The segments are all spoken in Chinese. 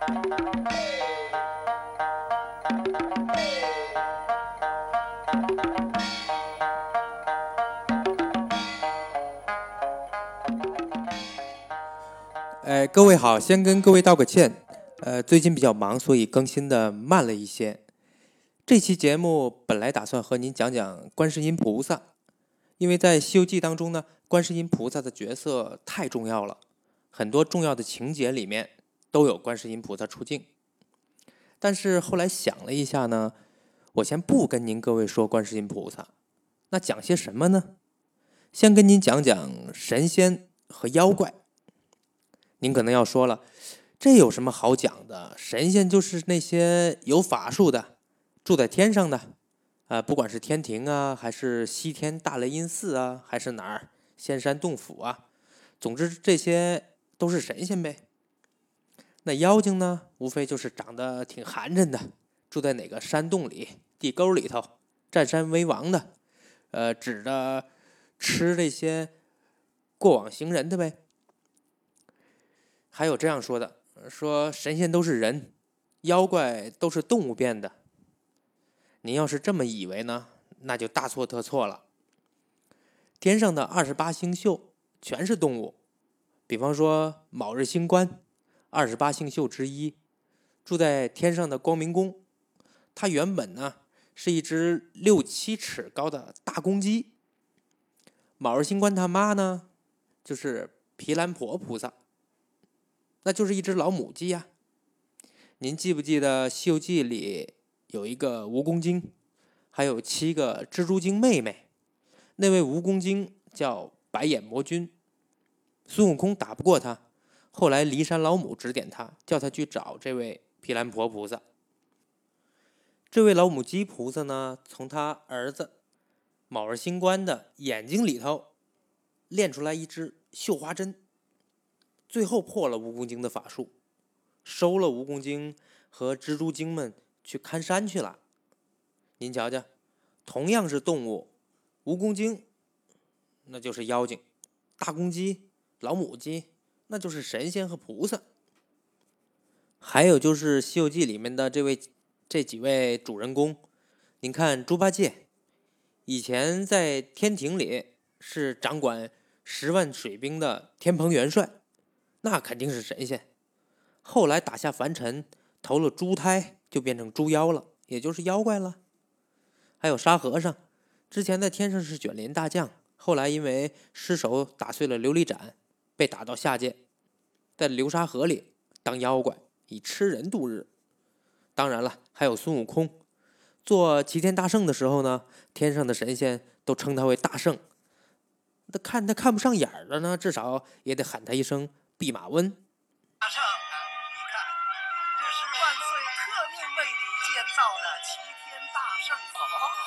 各位好，先跟各位道个歉，最近比较忙，所以更新的慢了一些。这期节目本来打算和您讲讲观世音菩萨，因为在《西游记》当中呢，观世音菩萨的角色太重要了，很多重要的情节里面都有观世音菩萨出镜。但是后来想了一下呢，我先不跟您各位说观世音菩萨，那讲些什么呢？先跟您讲讲神仙和妖怪。您可能要说了，这有什么好讲的？神仙就是那些有法术的，住在天上的，不管是天庭啊，还是西天大雷音寺啊，还是哪儿仙山洞府啊，总之这些都是神仙呗。那妖精呢，无非就是长得挺寒碜的，住在哪个山洞里、地沟里头，占山为王的，指着吃这些过往行人的呗。还有这样说的，说神仙都是人，妖怪都是动物变的。您要是这么以为呢，那就大错特错了。天上的28星宿全是动物，比方说卯日星官，28星宿之一，住在天上的光明宫，它原本呢是一只6、7尺高的大公鸡。卯日星官他妈呢，就是毗蓝婆菩萨，那就是一只老母鸡呀。您记不记得《西游记》里有一个蜈蚣精，还有7个蜘蛛精妹妹？那位蜈蚣精叫白眼魔君，孙悟空打不过他，后来骊山老母指点他，叫他去找这位毗蓝婆菩萨。这位老母鸡菩萨呢，从他儿子卯日星官的眼睛里头炼出来一支绣花针，最后破了蜈蚣精的法术，收了蜈蚣精和蜘蛛精们去看山去了。您瞧瞧，同样是动物，蜈蚣精那就是妖精，大公鸡、老母鸡那就是神仙和菩萨。还有就是《西游记》里面的这几位主人公，您看猪八戒，以前在天庭里是掌管10万水兵的天蓬元帅，那肯定是神仙。后来打下凡尘，投了猪胎，就变成猪妖了，也就是妖怪了。还有沙和尚，之前在天上是卷帘大将，后来因为失手打碎了琉璃盏，被打到下界，在流沙河里当妖怪，以吃人度日。当然了，还有孙悟空，做齐天大圣的时候呢，天上的神仙都称他为大圣，他看不上眼了呢，至少也得喊他一声弼马温。 大圣，你看，这是万岁特命为你建造的齐天大圣府。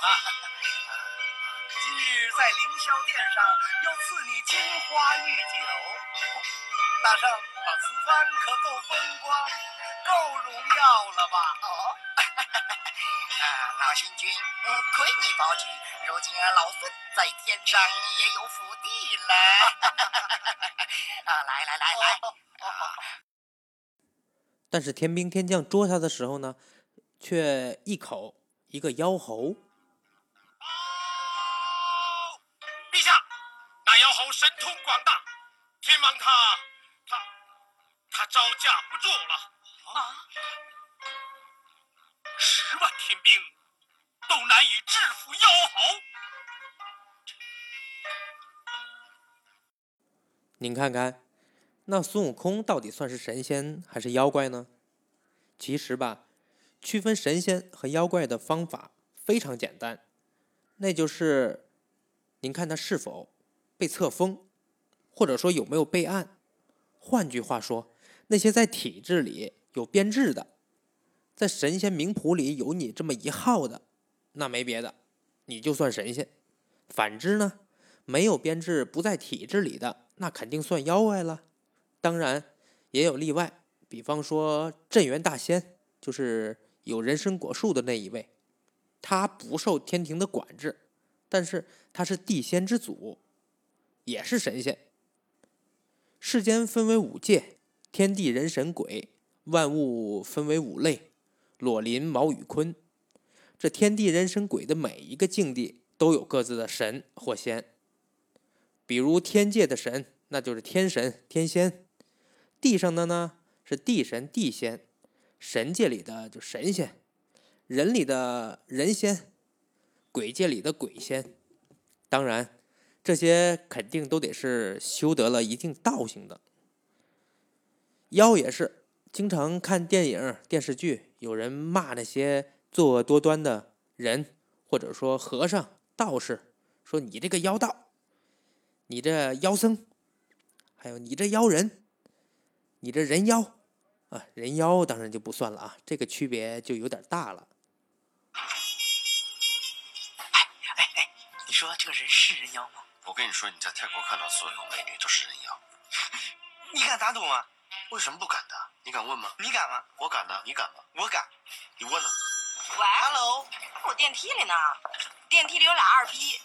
今日在凌霄殿上又赐你金花玉酒，大圣，此番可够风光，够荣耀了吧？ 老星君，亏你保举，如今老孙在天上也有福地了。来。 但是天兵天将捉他的时候呢，却一口一个妖猴。 陛下，那妖猴神通广大，天王他招架不住了。10万天兵都难以制服妖猴。 您看看，那孙悟空到底算是神仙还是妖怪呢？其实吧，区分神仙和妖怪的方法非常简单，那就是您看他是否被册封，或者说有没有备案。换句话说，那些在体制里有编制的，在神仙名谱里有你这么一号的，那没别的，你就算神仙。反之呢，没有编制不在体制里的，那肯定算妖怪了。当然也有例外，比方说镇元大仙，就是有人参果树的那一位，他不受天庭的管制，但是他是地仙之祖，也是神仙。世间分为5界，天地人神鬼， 万物分为五类：裸临、卯与坤。这天地人神鬼的每一个境地都有各自的神或仙。比如天界的神，那就是天神、天仙；地上的呢是地神、地仙；神界里的就神仙，人里的人仙，鬼界里的鬼仙。当然，这些肯定都得是修得了一定道行的。妖也是，经常看电影、电视剧，有人骂那些作恶多端的人，或者说和尚、道士，说你这个妖道，你这妖僧，还有你这妖人，你这人妖啊，人妖当然就不算了啊，这个区别就有点大了。 你说这个人是人妖吗？ 我跟你说，你在泰国看到所有美女都是人妖。 你敢打赌吗？ 为什么不敢的？你敢问吗？ 你敢吗？ 我敢呢，你敢吗？ 我敢。 你问呢？ 喂 Hello， 我电梯里呢，电梯里有俩二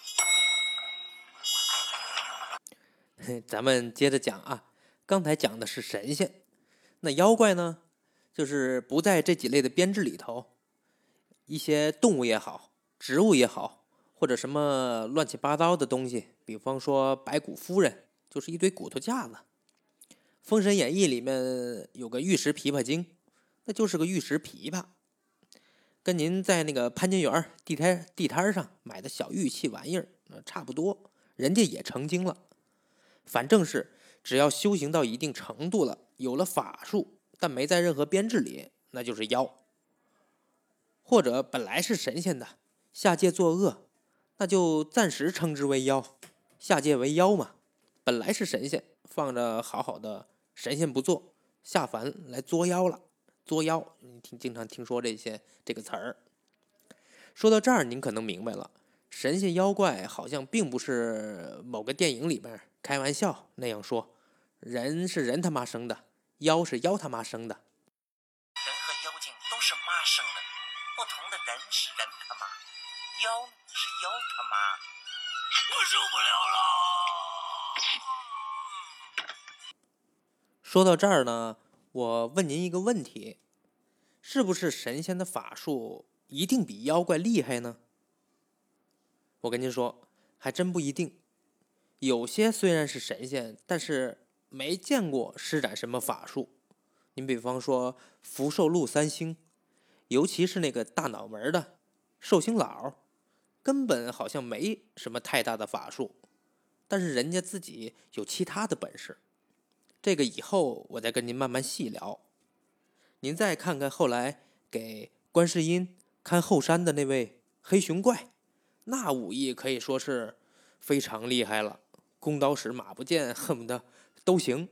逼。 咱们接着讲啊，刚才讲的是神仙，那妖怪呢，就是不在这几类的编制里头，一些动物也好，植物也好，或者什么乱七八糟的东西，比方说白骨夫人，就是一堆骨头架子。《封神演义》里面有个玉石琵琶精，那就是个玉石琵琶，跟您在那个潘家园地摊上买的小玉器玩意儿差不多，人家也成精了。反正是只要修行到一定程度了，有了法术，但没在任何编制里，那就是妖。或者本来是神仙的，下界作恶，那就暂时称之为妖，下界为妖嘛。本来是神仙，放着好好的神仙不做，下凡来作妖了。作妖，你经常听说这个词儿。说到这儿，您可能明白了，神仙妖怪好像并不是某个电影里边开玩笑那样说，人是人他妈生的，妖是妖他妈生的。 人和妖精都是妈生的，不同的人是人他妈，妖是妖他妈。 我受不了了！ 说到这儿呢，我问您一个问题，是不是神仙的法术一定比妖怪厉害呢？我跟您说，还真不一定。有些虽然是神仙，但是没见过施展什么法术。您比方说福寿禄三星，尤其是那个大脑门的寿星老，根本好像没什么太大的法术，但是人家自己有其他的本事。这个以后我再跟您慢慢细聊。您再看看后来给观世音看后山的那位黑熊怪，那武艺可以说是非常厉害了，弓刀使马不见，恨不得都行。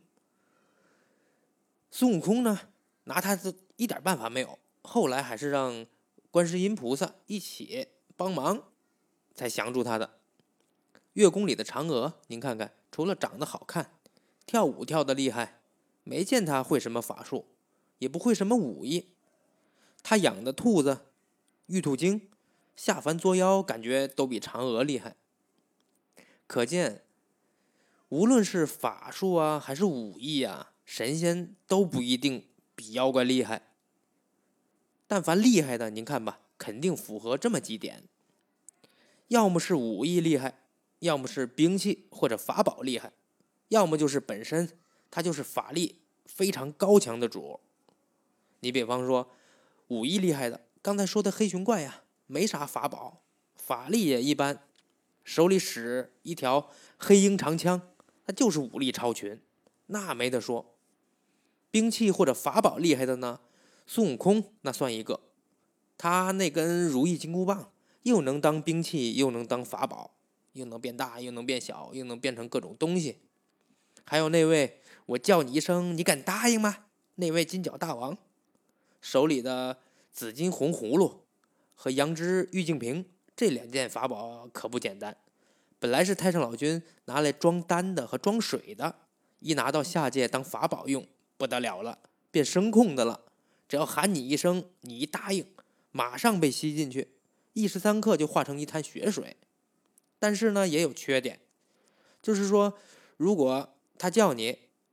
孙悟空呢，拿他一点办法没有，后来还是让观世音菩萨一起帮忙才降住他的。月宫里的嫦娥，您看看，除了长得好看，跳舞跳得厉害，没见他会什么法术，也不会什么武艺。他养的兔子玉兔精下凡作妖，感觉都比嫦娥厉害。可见无论是法术啊还是武艺啊，神仙都不一定比妖怪厉害。但凡厉害的，您看吧，肯定符合这么几点：要么是武艺厉害，要么是兵器或者法宝厉害，要么就是本身他就是法力非常高强的主。你比方说武艺厉害的，刚才说的黑熊怪呀，没啥法宝，法力也一般，手里使一条黑鹰长枪，那就是武力超群，那没得说。兵器或者法宝厉害的呢，孙悟空那算一个，他那根如意金箍棒又能当兵器，又能当法宝，又能变大，又能变小，又能变成各种东西。还有那位我叫你一声你敢答应吗，那位金角大王，手里的紫金红葫芦和羊脂玉净瓶，这两件法宝可不简单。本来是太上老君拿来装丹的和装水的，一拿到下界当法宝用，不得了了，变声控的了。只要喊你一声，你一答应，马上被吸进去，一时三刻就化成一滩血水。但是呢，也有缺点，就是说，如果他叫你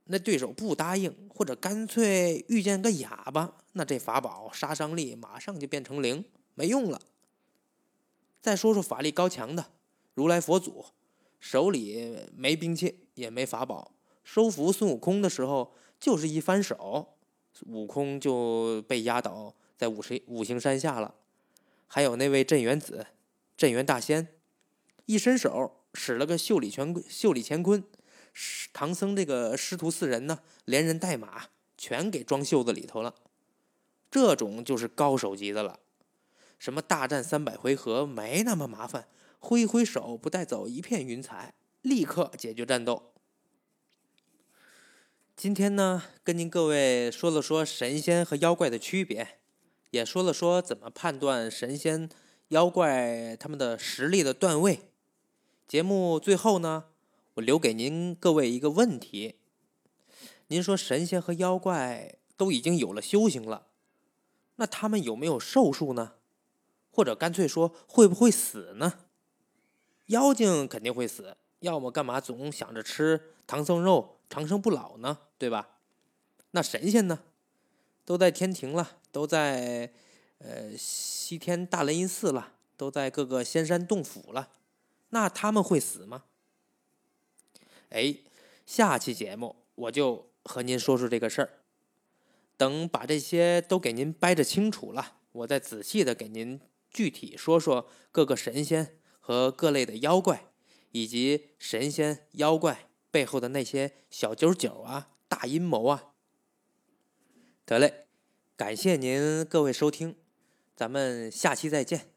那对手不答应，或者干脆遇见个哑巴，那这法宝杀伤力马上就变成0，没用了。再说说法力高强的如来佛祖，手里没兵器也没法宝，收服孙悟空的时候就是一翻手，悟空就被压倒在五行山下了。还有那位镇元子、镇元大仙，一伸手使了个袖里乾坤，唐僧这个师徒4人呢，连人带马全给装袖子里头了。这种就是高手级的了。什么大战300回合没那么麻烦，挥挥手不带走一片云彩，立刻解决战斗。今天呢，跟您各位说了说神仙和妖怪的区别，也说了说怎么判断神仙妖怪他们的实力的段位。节目最后呢，我留给您各位一个问题，您说神仙和妖怪都已经有了修行了，那他们有没有寿数呢？或者干脆说会不会死呢？妖精肯定会死，要么干嘛总想着吃唐僧肉长生不老呢，对吧？那神仙呢？都在天庭了，都在西天大雷音寺了，都在各个仙山洞府了，那他们会死吗？下期节目我就和您说说这个事儿。等把这些都给您掰着清楚了，我再仔细的给您具体说说各个神仙和各类的妖怪，以及神仙妖怪背后的那些小九九啊、大阴谋啊。得嘞，感谢您各位收听，咱们下期再见。